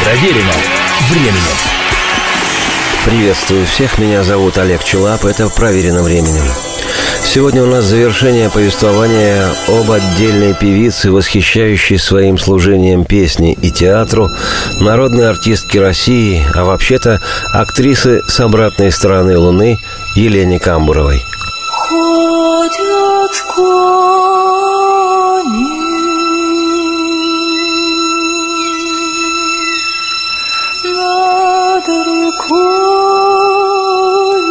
Проверено временем. Приветствую всех, меня зовут Олег Челап, это «Проверено временем». Сегодня у нас завершение повествования об отдельной певице, восхищающей своим служением песне и театру, народной артистке России, а вообще-то актрисы с обратной стороны Луны Елене Камбуровой. Ходят кони над рекою,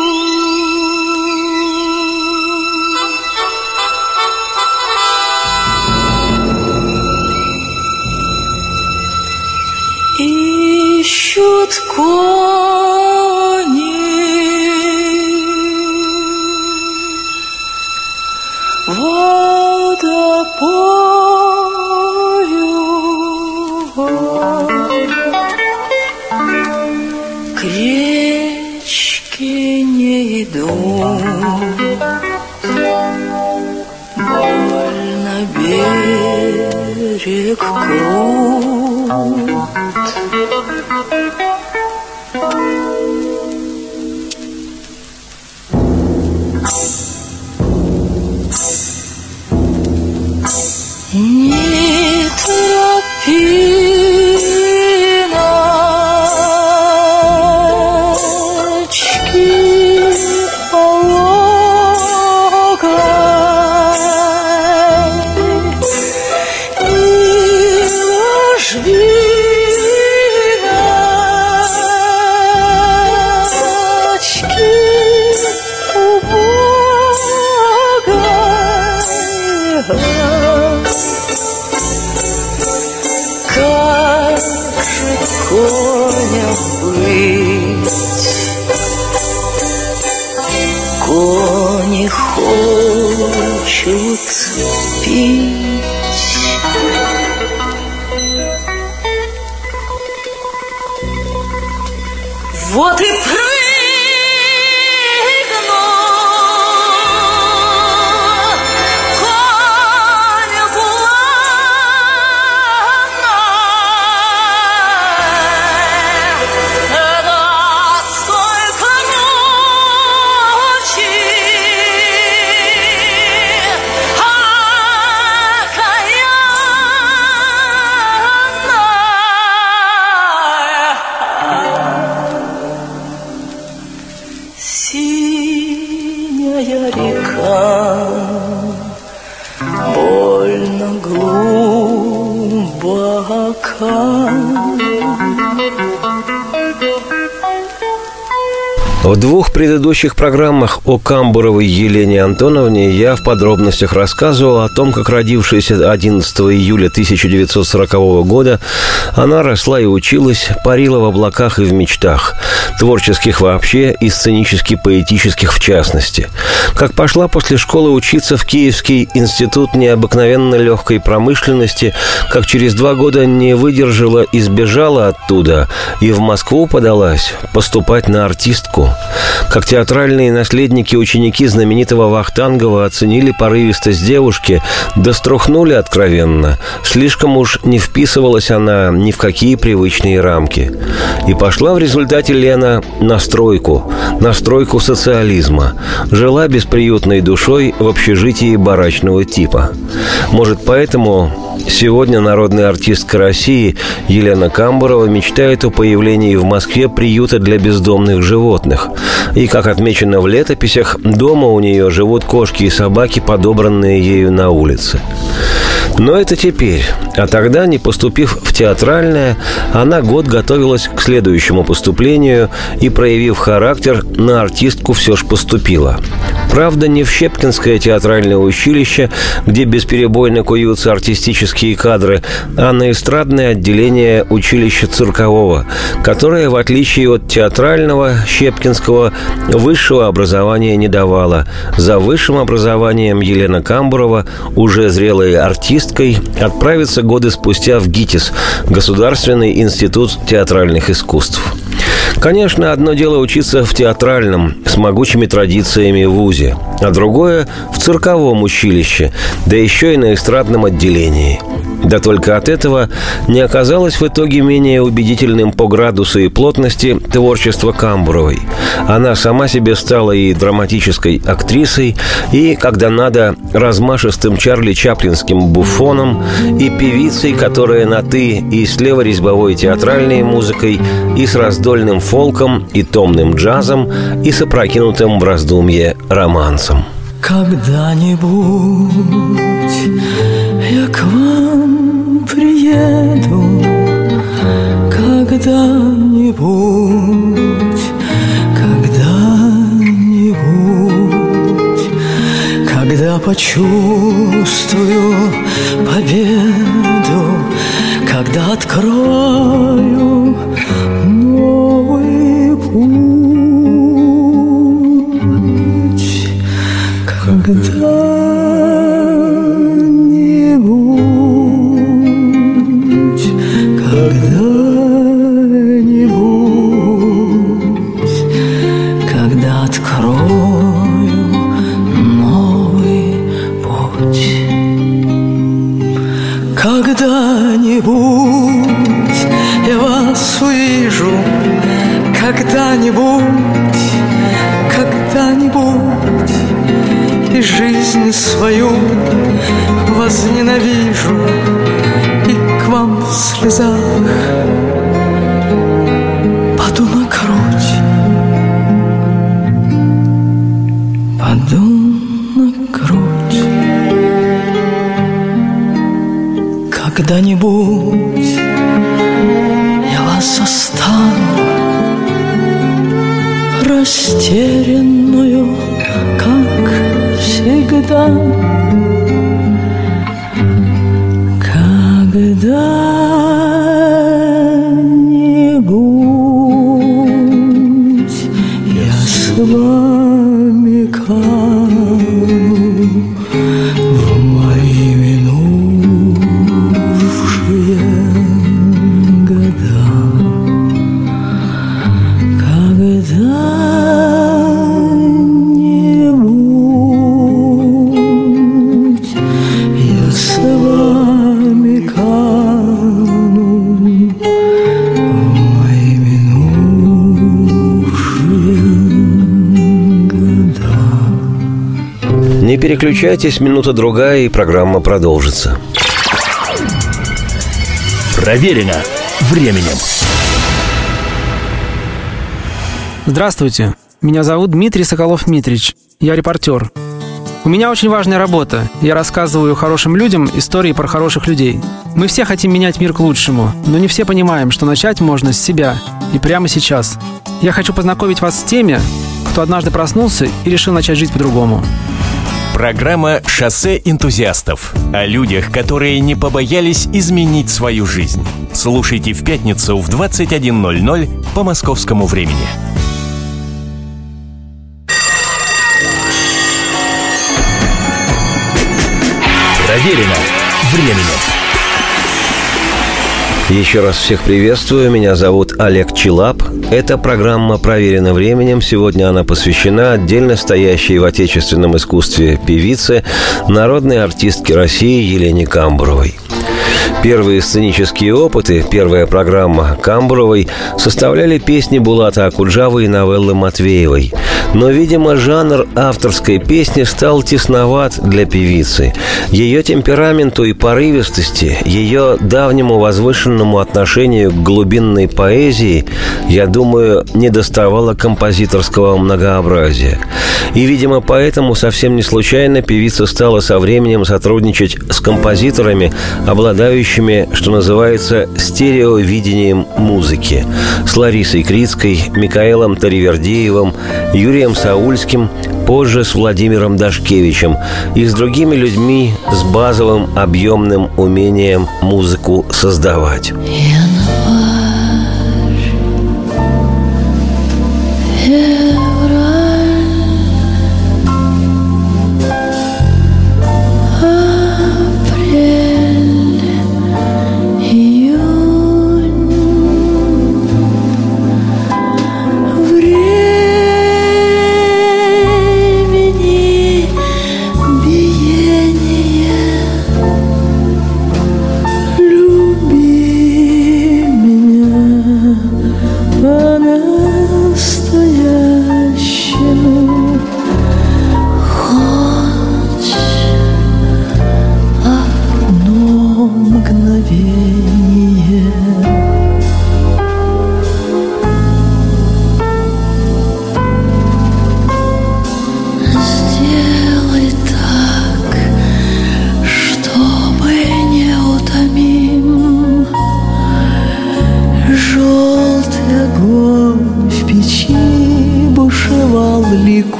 ищут кони водопою, к речке не идут, больно берег крут. Не торопи ночки пологой, не ложви ночки убогой. Как же коня быть? Кони хочут пить. Вот и синяя река, больно глубока. В двух предыдущих программах о Камбуровой Елене Антоновне я в подробностях рассказывал о том, как родившаяся 11 июля 1940 года она росла и училась, парила в облаках и в мечтах, творческих вообще и сценически-поэтических в частности. Как пошла после школы учиться в Киевский институт необыкновенно легкой промышленности, как через 2 года не выдержала и сбежала оттуда, и в Москву подалась поступать на артистку. Как театральные наследники ученики знаменитого Вахтангова оценили порывистость девушки, да струхнули откровенно. Слишком уж не вписывалась она ни в какие привычные рамки. И пошла в результате Лена на стройку социализма. Жила бесприютной душой в общежитии барачного типа. Может, поэтому сегодня народная артистка России Елена Камбурова мечтает о появлении в Москве приюта для бездомных животных. И, как отмечено в летописях, дома у нее живут кошки и собаки, подобранные ею на улице. Но это теперь. А тогда, не поступив в театральное, она год готовилась к следующему поступлению и, проявив характер, на артистку все ж поступила. Правда, не в Щепкинское театральное училище, где бесперебойно куются артистические кадры, а на эстрадное отделение училища циркового, которое, в отличие от театрального Щепкинского, высшего образования не давало. За высшим образованием Елена Камбурова, уже зрелой артисткой, отправится годы спустя в ГИТИС, Государственный институт театральных искусств. Конечно, одно дело учиться в театральном, с могучими традициями вузе, а другое – в цирковом училище, да еще и на эстрадном отделении. Да только от этого не оказалось в итоге менее убедительным по градусу и плотности творчество Камбуровой. Она сама себе стала и драматической актрисой, и, когда надо, размашистым Чарли Чаплинским буфоном, и певицей, которая на «ты» и с леворезьбовой театральной музыкой, и с раздольным фолком, и томным джазом, и с опрокинутым в раздумье романсом. Когда-нибудь я к вам приеду, когда-нибудь, когда почувствую победу, когда открою новый путь, когда-нибудь, когда открою новый путь, когда-нибудь я вас увижу, когда-нибудь, и жизнь свою возненавижу, и к вам в слезах паду на грудь, паду на грудь. Когда-нибудь я вас застану растерянную, как всегда, когда-нибудь я с вами кану в мои минувшие года, когда-нибудь я с вами кану в мои минувшие года. Не переключайтесь, минута-другая, и программа продолжится. Проверено временем. Здравствуйте, меня зовут Дмитрий Соколов-Митрич, я репортер. У меня очень важная работа. Я рассказываю хорошим людям истории про хороших людей. Мы все хотим менять мир к лучшему, но не все понимаем, что начать можно с себя и прямо сейчас. Я хочу познакомить вас с теми, кто однажды проснулся и решил начать жить по-другому. Программа «Шоссе энтузиастов» о людях, которые не побоялись изменить свою жизнь. Слушайте в пятницу в 21:00 по московскому времени. Проверено временем. Еще раз всех приветствую. Меня зовут Олег Челап. Эта программа «Проверена временем». Сегодня она посвящена отдельно стоящей в отечественном искусстве певице, народной артистке России Елене Камбуровой. Первые сценические опыты, первая программа Камбуровой составляли песни Булата Акуджавы и новеллы Матвеевой. Но, видимо, жанр авторской песни стал тесноват для певицы. Ее темпераменту и порывистости, ее давнему возвышенному отношению к глубинной поэзии, я думаю, недоставало композиторского многообразия. И, видимо, поэтому совсем не случайно певица стала со временем сотрудничать с композиторами, обладающими, что называется, стереовидением музыки. С Ларисой Крицкой, Микаэлом Таривердиевым, Юрием Саульским, позже с Владимиром Дашкевичем и с другими людьми с базовым объемным умением музыку создавать.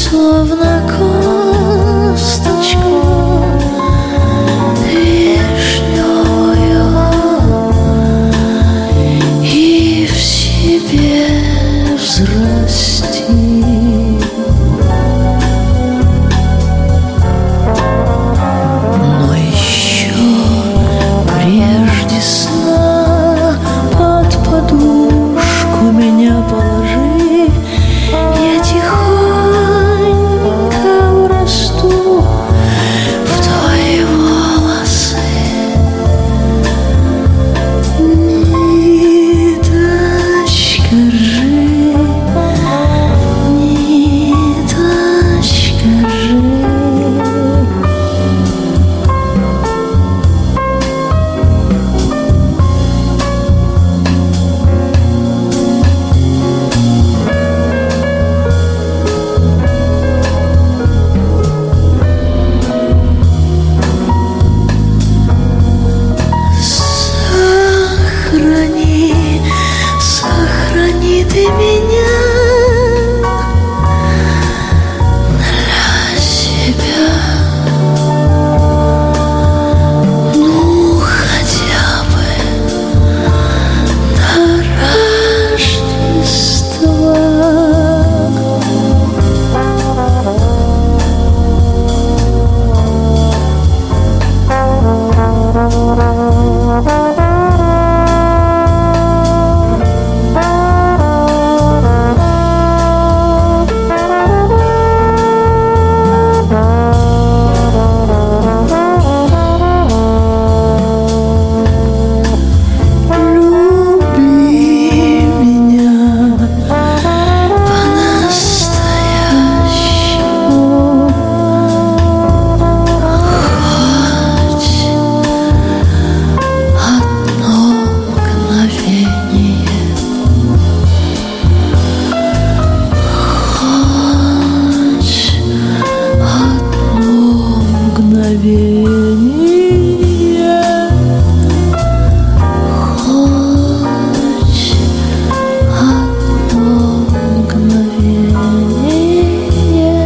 словно косточку вишневую, и в себе взрасти. Но еще прежде сна под подушку меня положи, я тихонько урасту в твои волосы. Ниточка ржи, ниточка ржи. Сохрани, сохрани ты меня для себя, ну хотя бы до Рождества. Люби меня по-настоящему, хоть одно мгновение, хоть одно мгновение, хоть одно мгновение.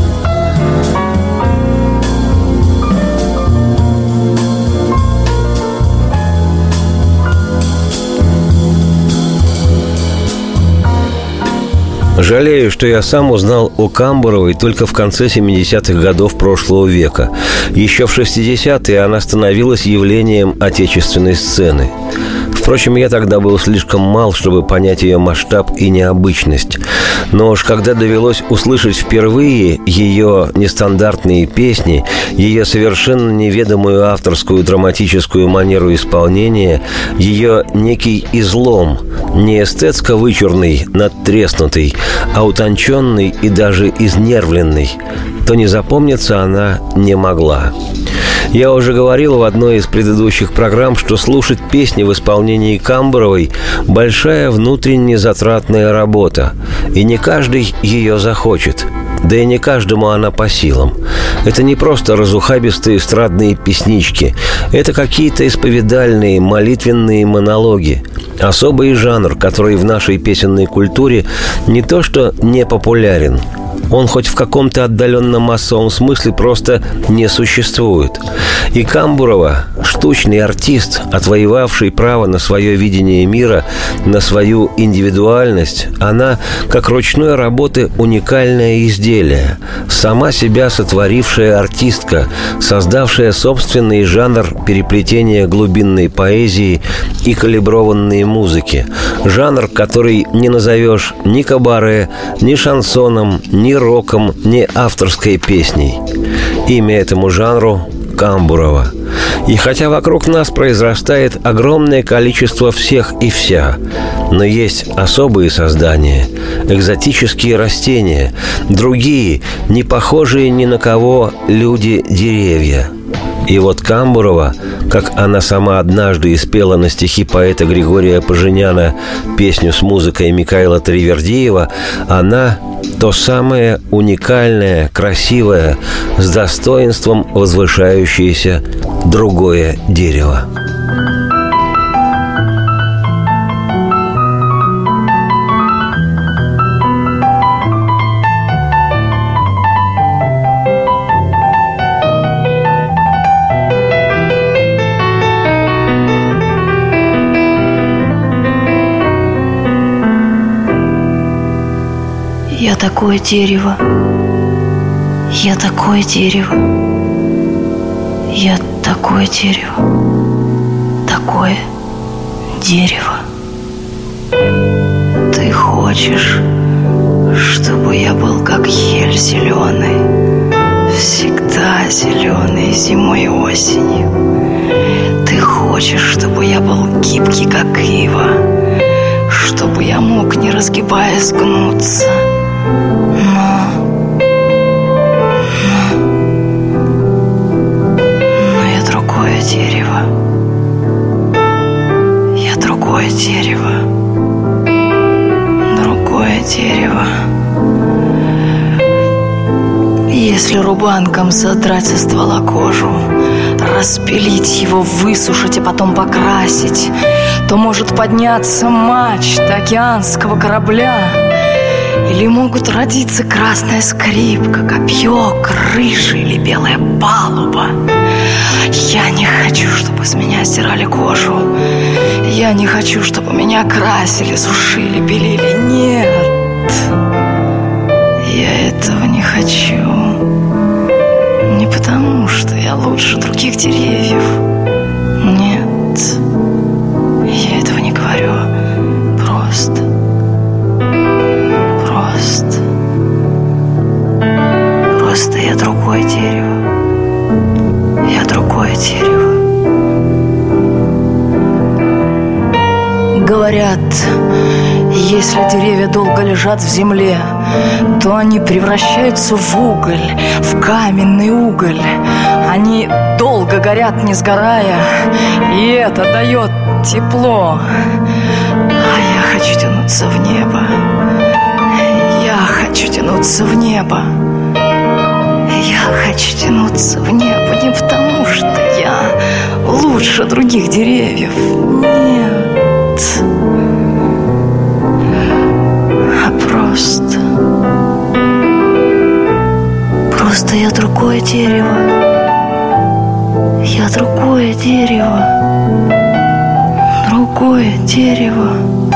Жалею, что я сам узнал о Камбуровой только в конце 70-х годов прошлого века. Еще в 60-е она становилась явлением отечественной сцены. Впрочем, я тогда был слишком мал, чтобы понять ее масштаб и необычность. Но уж когда довелось услышать впервые ее нестандартные песни, ее совершенно неведомую авторскую драматическую манеру исполнения, ее некий излом, не эстетско-вычурный, надтреснутый, а утонченный и даже изнервленный, то не запомниться она не могла. Я уже говорил в одной из предыдущих программ, что слушать песни в исполнении Камбуровой – большая внутренне затратная работа, и не каждый ее захочет. Да и не каждому она по силам. Это не просто разухабистые эстрадные песнички. Это какие-то исповедальные, молитвенные монологи. Особый жанр, который в нашей песенной культуре не то что не популярен, он хоть в каком-то отдаленном массовом смысле просто не существует. И Камбурова, штучный артист, отвоевавший право на свое видение мира, на свою индивидуальность, она, как ручной работы, уникальное изделие, сама себя сотворившая артистка, создавшая собственный жанр переплетения глубинной поэзии и калиброванной музыки. Жанр, который не назовешь ни кабаре, ни шансоном, ни роком, ни авторской песней. Имя этому жанру – Камбурова. И хотя вокруг нас произрастает огромное количество всех и вся, но есть особые создания, экзотические растения, другие, не похожие ни на кого люди-деревья. И вот Камбурова, как она сама однажды испела на стихи поэта Григория Поженяна песню с музыкой Микаэла Таривердиева, она то самое уникальное, красивое, с достоинством возвышающееся другое дерево. такое дерево. Я такое дерево. Я такое дерево. Такое дерево. Ты хочешь, чтобы я был как ель зеленый, всегда зеленый зимой и осенью. Ты хочешь, чтобы я был гибкий, как ива, чтобы я мог, не разгибаясь, гнуться. Но я другое дерево. Я другое дерево. Другое дерево. Если рубанком содрать со ствола кожу, распилить его, высушить, а потом покрасить, то может подняться мачта океанского корабля. Или могут родиться красная скрипка, копье, крыша или белая палуба. Я не хочу, чтобы с меня стирали кожу. Я не хочу, чтобы меня красили, сушили, белили. Нет, я этого не хочу. Не потому, что я лучше других деревьев. Нет, я этого не говорю. Просто я другое дерево. Я другое дерево. Говорят, если деревья долго лежат в земле, то они превращаются в уголь, в каменный уголь. Они долго горят, не сгорая, и это дает тепло. А я хочу тянуться в небо. Я хочу тянуться в небо. Я хочу тянуться в небо не потому, что я лучше других деревьев. Нет. А просто я другое дерево. Я другое дерево. Другое дерево.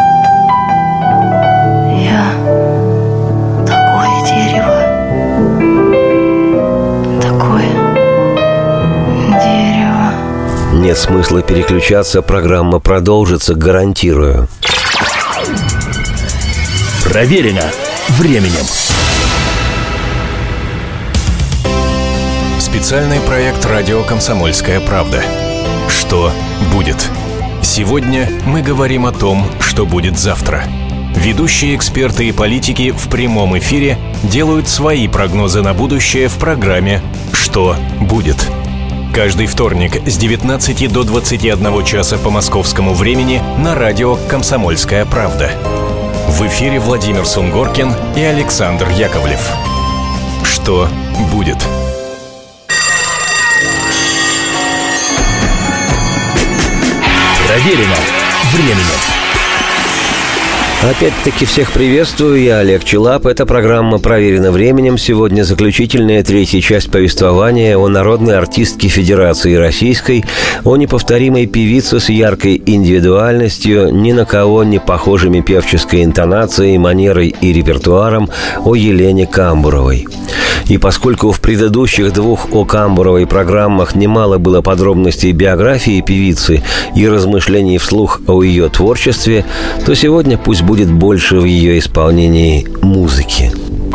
Я такое дерево. Такое дерево. Нет смысла переключаться, программа продолжится, гарантирую. Проверено временем. Специальный проект «Радио Комсомольская правда». Что будет? Сегодня мы говорим о том, что будет завтра. Ведущие эксперты и политики в прямом эфире делают свои прогнозы на будущее в программе «Что будет?». Каждый вторник с 19 до 21 часа по московскому времени на радио «Комсомольская правда». В эфире Владимир Сунгоркин и Александр Яковлев. Что будет? Проверено временем. Опять-таки всех приветствую, я Олег Челап. Эта программа «Проверена временем». Сегодня заключительная, третья часть повествования о народной артистке Федерации Российской, о неповторимой певице с яркой индивидуальностью, ни на кого не похожими певческой интонацией, манерой и репертуаром, о Елене Камбуровой. И поскольку в предыдущих двух о Камбуровой программах немало было подробностей биографии певицы и размышлений вслух о ее творчестве, то сегодня пусть будет больше в ее исполнении музыки.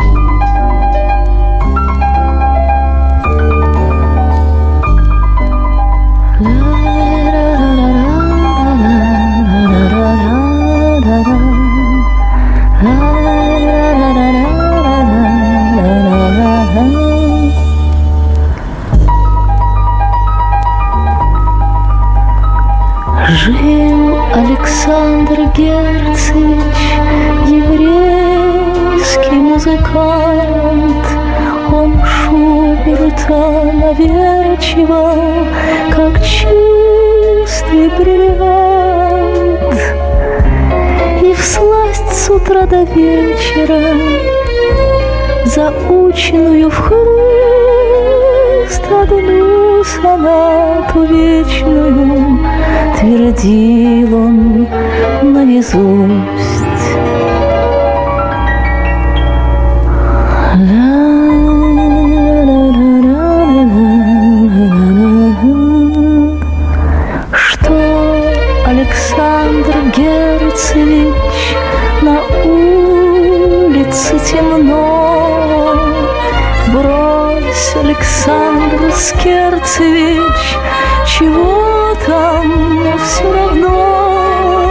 Жил Александр Герцевич, еврейский музыкант. Он Шуберта наверчивал, как чистый бриллиант. И всласть с утра до вечера заученную в хруст одну сонату вечную твердил он наизусть. Брось, Александр Скерцевич, чего там, все равно.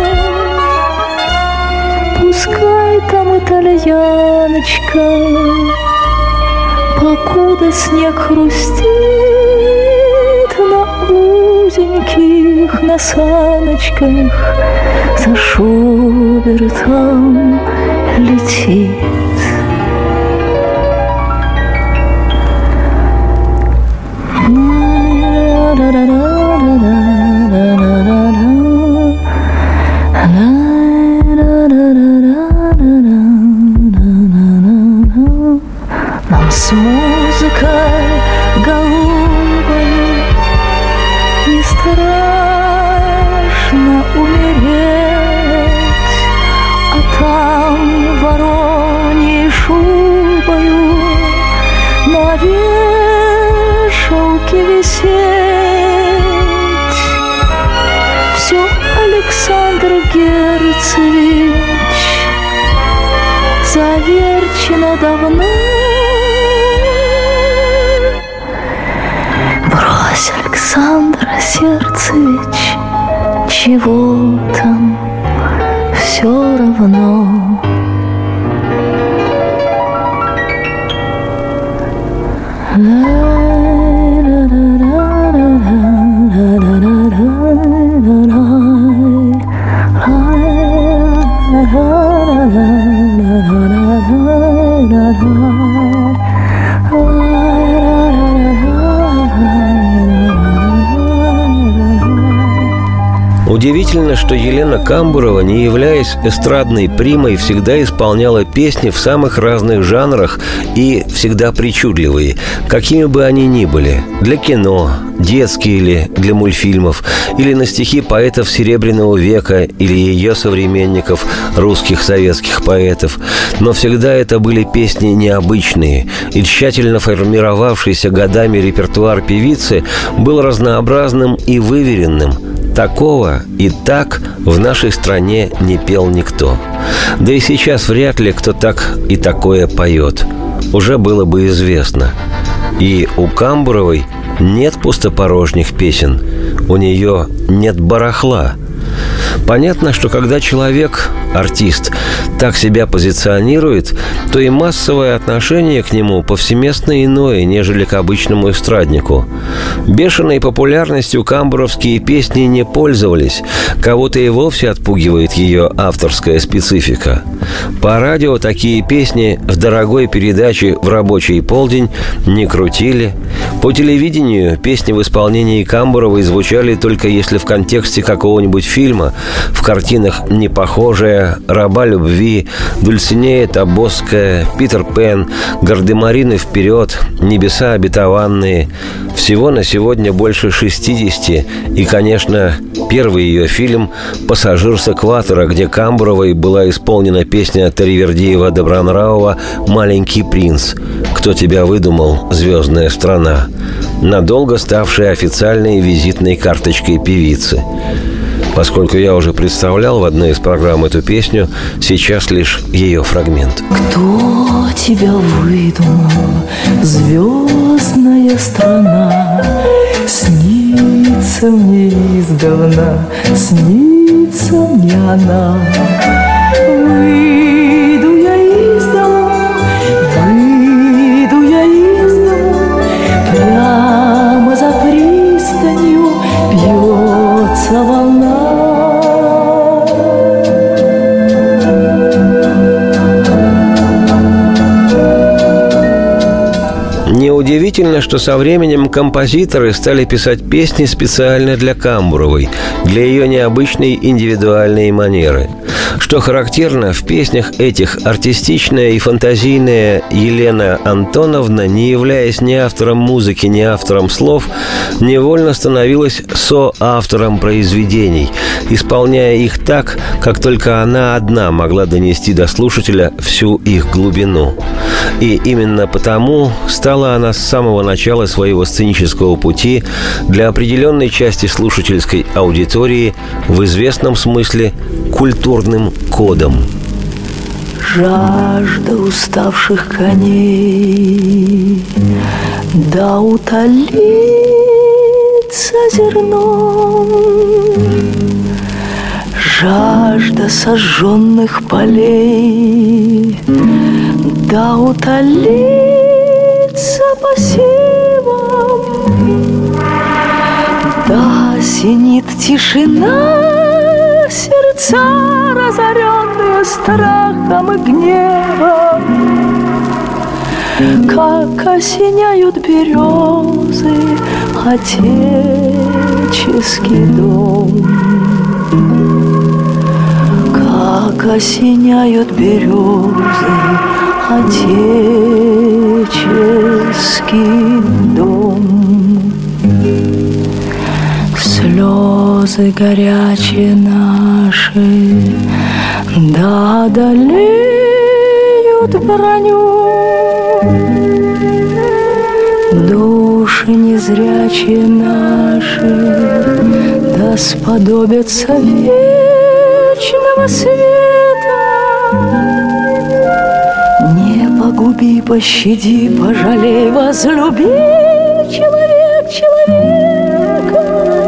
Пускай там итальяночка, покуда снег хрустит, на узеньких носаночках за Шубертом летит. Нам с музыкой голубой не страшно умереть, а там вороньей шубою на вешалке висеть. Все, Александр Герцевич, заверчено давно. Брось, Александр Сердцевич, чего там, все равно. Удивительно, что Елена Камбурова, не являясь эстрадной примой, всегда исполняла песни в самых разных жанрах и всегда причудливые, какими бы они ни были, для кино, детские или для мультфильмов, или на стихи поэтов Серебряного века или ее современников, русских советских поэтов. Но всегда это были песни необычные, и тщательно формировавшийся годами репертуар певицы был разнообразным и выверенным. Такого и так в нашей стране не пел никто. Да и сейчас вряд ли кто так и такое поет. Уже было бы известно. И у Камбуровой нет пустопорожних песен. У нее нет барахла. Понятно, что когда человек, артист, так себя позиционирует, то и массовое отношение к нему повсеместно иное, нежели к обычному эстраднику. Бешеной популярностью камбуровские песни не пользовались, кого-то и вовсе отпугивает ее авторская специфика. По радио такие песни в дорогой передаче в рабочий полдень не крутили. По телевидению песни в исполнении Камбуровой звучали только если в контексте какого-нибудь фильма, в картинах «Непохожая», «Раба любви», «Дульсинея Тобосская», «Питер Пен», «Гардемарины вперед», «Небеса обетованные». Всего на сегодня больше 60. И, конечно, первый ее фильм «Пассажир с экватора», где Камбуровой была исполнена песня Таривердиева-Добронравова «Маленький принц». «Кто тебя выдумал, звездная страна», надолго ставшая официальной визитной карточкой певицы. Поскольку я уже представлял в одной из программ эту песню, сейчас лишь ее фрагмент. Кто тебя выдумал, звездная страна? Снится мне издавна, снится мне она. Выйду я из дому, прямо за пристанью бьется волна. Неудивительно, что со временем композиторы стали писать песни специально для Камбуровой, для ее необычной индивидуальной манеры. Что характерно, в песнях этих артистичная и фантазийная Елена Антоновна, не являясь ни автором музыки, ни автором слов, невольно становилась соавтором произведений, исполняя их так, как только она одна могла донести до слушателя всю их глубину. И именно потому стала она с самого начала своего сценического пути для определенной части слушательской аудитории в известном смысле культурным кодом. Жажда уставших коней да утолится зерном жажда сожженных полей, да утолится посевом, да осенит тишина сердца, разоренные страхом и гневом, как осеняют березы отеческий дом, как осеняют березы отеческий дом. Слезы горячие наши, да одолеют броню, души незрячие наши, да сподобятся вечного света. Не погуби, пощади, пожалей, возлюби, человек человека,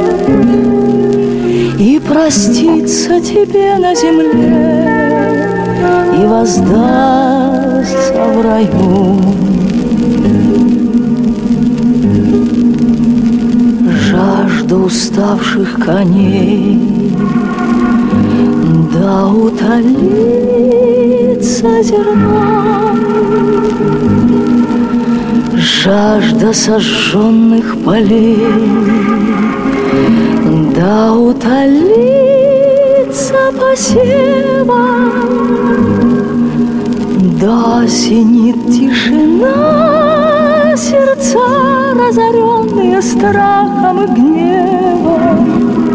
и простится тебе на земле, и воздастся в раю. Жажда уставших коней, да утолится зерном, жажда сожженных полей, да утолится посевом, да осенит тишина сердца, разоренные страхом и гневом,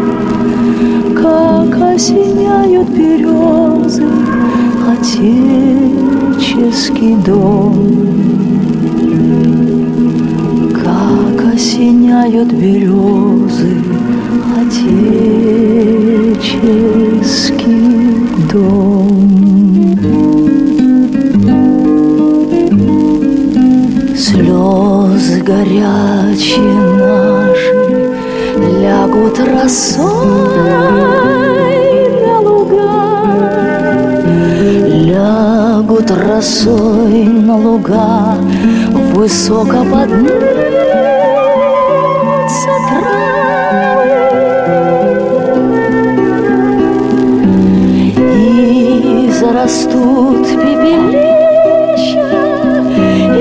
как осеняют березы отеческий дом, как осеняют березы отеческий дом. Слезы горячие наши лягут росой на луга, лягут росой на луга, высоко поднимутся травы, и зарастут пепелища, и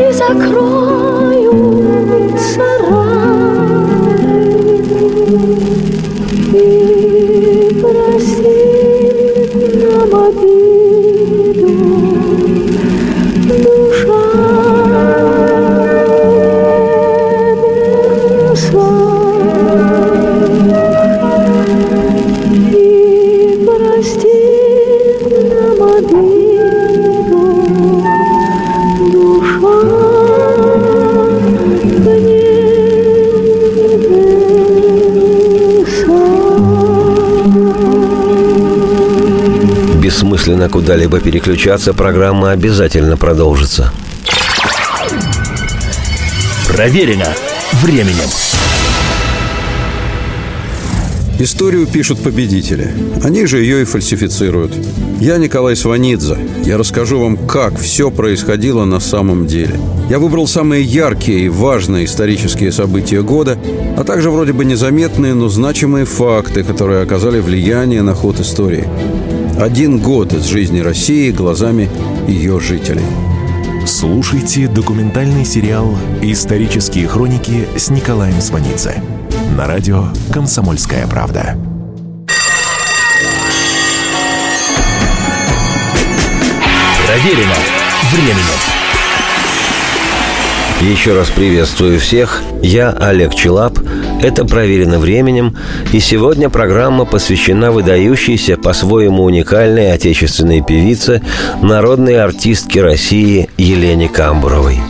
закроются раны, и простит нам обиду душа небесных, и простит нам обиду душа Бессмысленно куда-либо переключаться, программа обязательно продолжится. Проверено временем. Историю пишут победители. Они же ее и фальсифицируют. Я Николай Сванидзе. Я расскажу вам, как все происходило на самом деле. Я выбрал самые яркие и важные исторические события года, а также вроде бы незаметные, но значимые факты, которые оказали влияние на ход истории. 1 год из жизни России глазами ее жителей. Слушайте документальный сериал «Исторические хроники» с Николаем Сванидзе на радио «Комсомольская правда». Проверено временем. Еще раз приветствую всех. Я Олег Челап. Это «Проверено временем». И сегодня программа посвящена выдающейся, по-своему уникальной отечественной певице, народной артистке России Елене Камбуровой.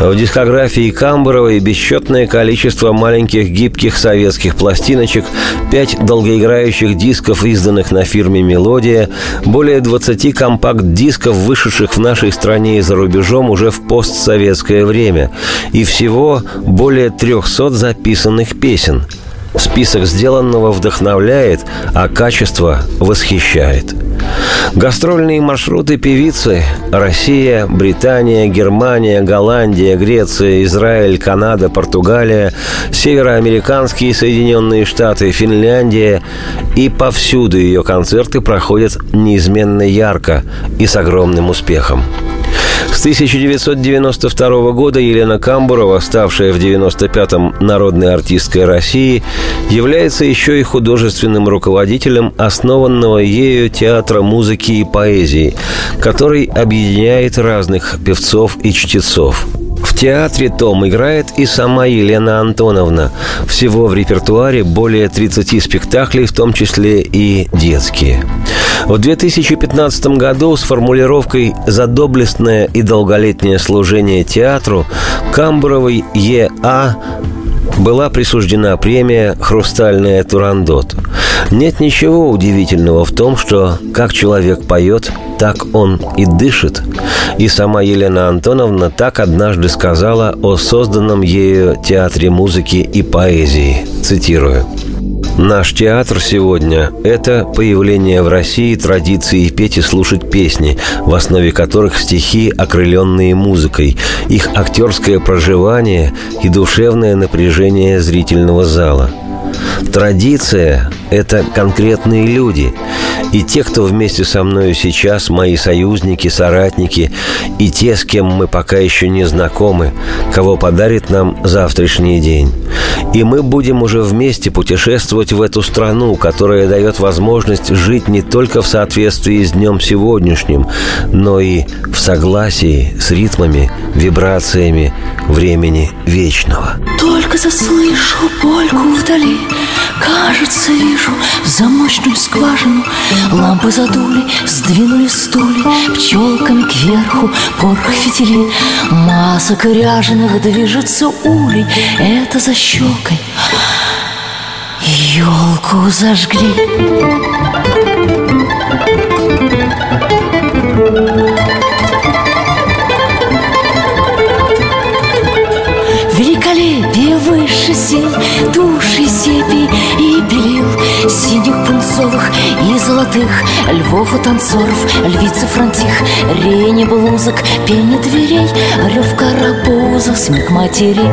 В дискографии Камбуровой бесчетное количество маленьких гибких советских пластиночек, 5 долгоиграющих дисков, изданных на фирме «Мелодия», более 20 компакт-дисков, вышедших в нашей стране и за рубежом уже в постсоветское время, и всего более 300 записанных песен. Список сделанного вдохновляет, а качество восхищает. Гастрольные маршруты певицы – Россия, Британия, Германия, Голландия, Греция, Израиль, Канада, Португалия, североамериканские Соединенные Штаты, Финляндия. И повсюду ее концерты проходят неизменно ярко и с огромным успехом. С 1992 года Елена Камбурова, ставшая в 1995-м народной артисткой России, является еще и художественным руководителем основанного ею театра музыки и поэзии, который объединяет разных певцов и чтецов. В театре том играет и сама Елена Антоновна. Всего в репертуаре более 30 спектаклей, в том числе и детские. В 2015 году с формулировкой «За доблестное и долголетнее служение театру» Камбуровой Е.А. была присуждена премия «Хрустальная Турандот». Нет ничего удивительного в том, что как человек поет, так он и дышит. И сама Елена Антоновна так однажды сказала о созданном ею театре музыки и поэзии. Цитирую. «Наш театр сегодня – это появление в России традиции петь и слушать песни, в основе которых стихи, окрыленные музыкой, их актерское проживание и душевное напряжение зрительного зала. Традиция – это конкретные люди. И те, кто вместе со мною сейчас, мои союзники, соратники, и те, с кем мы пока еще не знакомы, кого подарит нам завтрашний день. И мы будем уже вместе путешествовать в эту страну, которая дает возможность жить не только в соответствии с днем сегодняшним, но и в согласии с ритмами, вибрациями времени вечного». Только заслышу польку вдали, кажется, вижу замочную скважину. Лампы задули, сдвинули стулья, пчелками кверху порох фитили. Масок ряженых движется улей, это за щекой елку зажгли. Великолепие выше сил, души сепий и белил, синих, пунцовых и золотых, львов и танцоров, львицы фронтих, рени блузок, пение дверей, рев карапузов, смех матерей.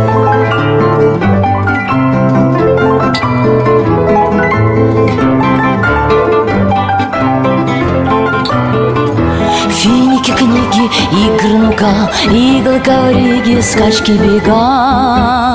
Финики, книги, игры, нука, иглы, ковриги, скачки, бега.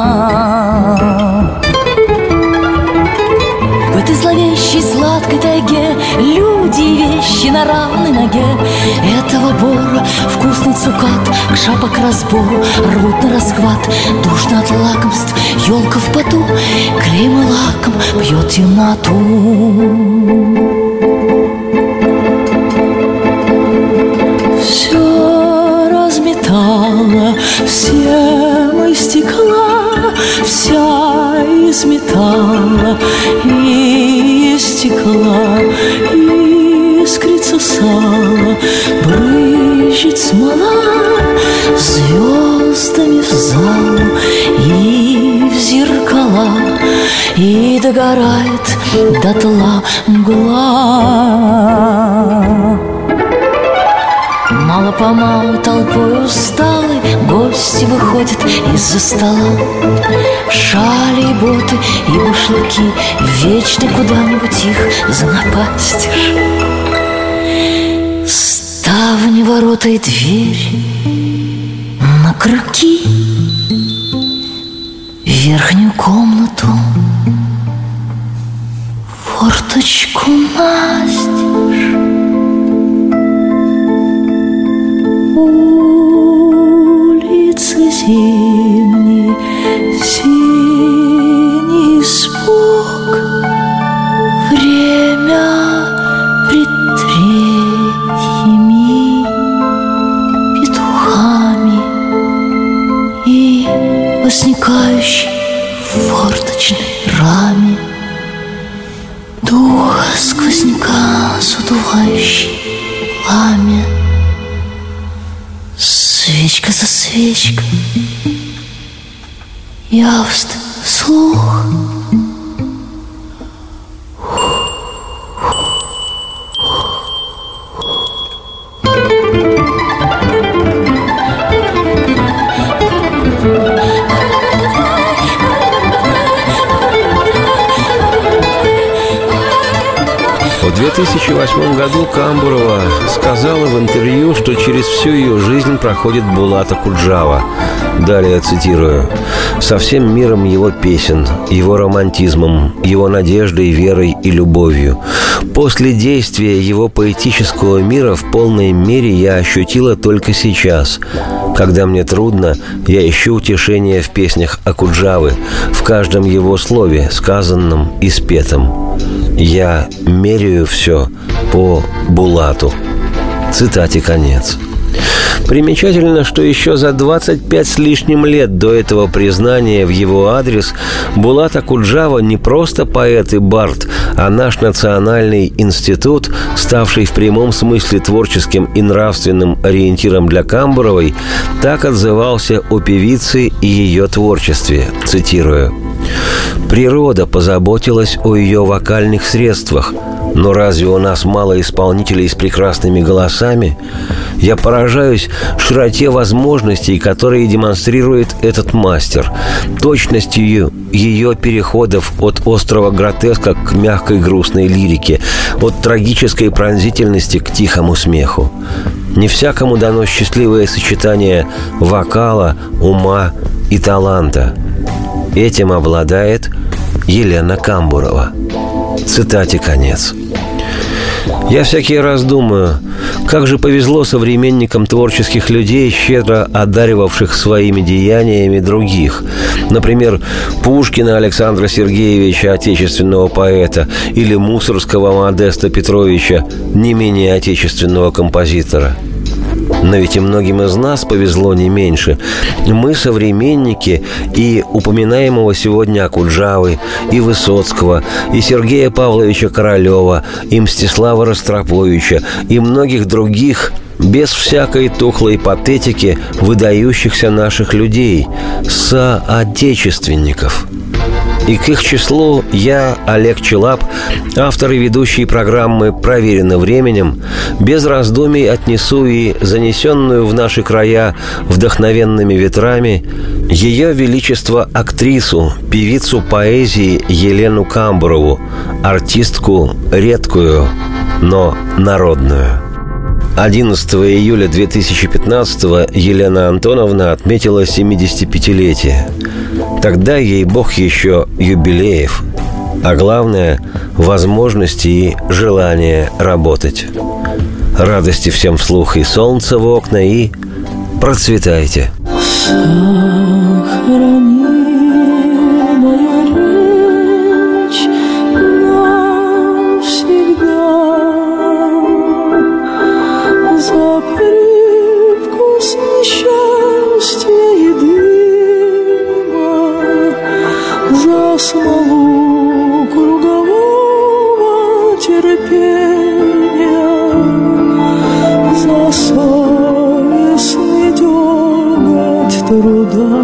В этой зловещей сладкой тайге люди и вещи на равной ноге. Этого бора вкусный цукат к шапок разбору рвут на расхват. Душно от лакомств, елка в поту, клейм и лаком бьет темноту. Все разметала, все мы стекла, вся из металла и из стекла, искрится сало, брызжет смола звездами в залу и в зеркала, и догорает дотла мгла. Мало-помалу толпой усталый гости выходят из-за стола. Шали и боты и башлыки, вечно куда-нибудь их занапастишь. Ставни, ворота и двери на крюки, верхнюю комнату форточку настежь. Улицы зимние, синий спок, время пред третьими петухами и пламя, дух сквозняка задувающий пламя. Свечка за свечкой, явственно вслух. В 2008 году Камбурова сказала в интервью, что через всю ее жизнь проходит Булат Акуджава. Далее цитирую: «Со всем миром его песен, его романтизмом, его надеждой, верой и любовью. После действия его поэтического мира в полной мере я ощутила только сейчас. Когда мне трудно, я ищу утешение в песнях Акуджавы, в каждом его слове, сказанном и спетом. Я меряю все по Булату». Цитате конец. Примечательно, что еще за 25 с лишним лет до этого признания в его адрес Булат Акуджава не просто поэт и бард, а наш национальный институт, ставший в прямом смысле творческим и нравственным ориентиром для Камбуровой, так отзывался о певице и ее творчестве. Цитирую: «Природа позаботилась о ее вокальных средствах. Но разве у нас мало исполнителей с прекрасными голосами? Я поражаюсь широте возможностей, которые демонстрирует этот мастер, точностью ее переходов от острого гротеска к мягкой грустной лирике, от трагической пронзительности к тихому смеху. Не всякому дано счастливое сочетание вокала, ума и таланта. Этим обладает Елена Камбурова». Цитате конец. Я всякий раз думаю, как же повезло современникам творческих людей, щедро одаривавших своими деяниями других. Например, Пушкина Александра Сергеевича, отечественного поэта, или Мусоргского Модеста Петровича, не менее отечественного композитора. Но ведь и многим из нас повезло не меньше. Мы современники и упоминаемого сегодня Акуджавы, и Высоцкого, и Сергея Павловича Королева, и Мстислава Ростроповича, и многих других, без всякой тухлой патетики, выдающихся наших людей, соотечественников. И к их числу я, Олег Челап, автор и ведущий программы «Проверено временем», без раздумий отнесу и занесенную в наши края вдохновенными ветрами Ее Величество актрису, певицу поэзии Елену Камбурову, артистку редкую, но народную. 11 июля 2015-го Елена Антоновна отметила 75-летие. Тогда ей Бог еще юбилеев, а главное – возможности и желание работать. Радости всем вслух и солнца в окна, и процветайте! Смолу кругового терпения, за совестный дёготь труда.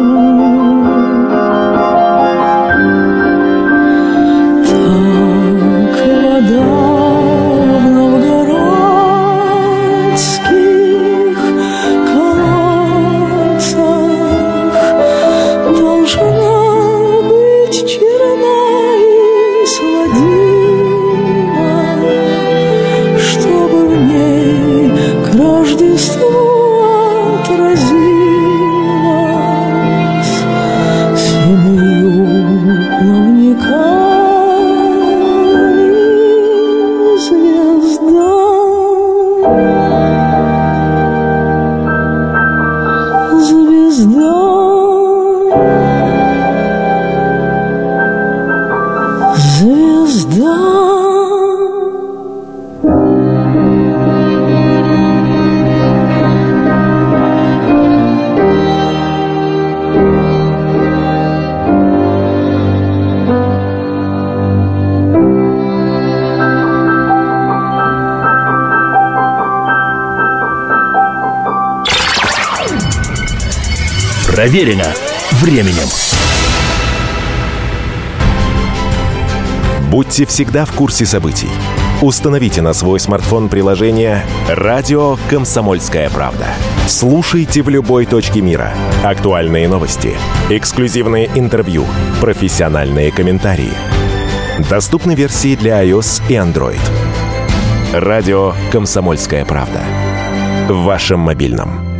Так вода в новгородских колодцах должна черна и сладима, чтобы в ней к Рождеству отразилась семью плавниками звезда. Звезда. Звезда. Проверено временем. Будьте всегда в курсе событий. Установите на свой смартфон приложение «Радио Комсомольская правда». Слушайте в любой точке мира. Актуальные новости, эксклюзивные интервью, профессиональные комментарии. Доступны версии для iOS и Android. «Радио Комсомольская правда». В вашем мобильном.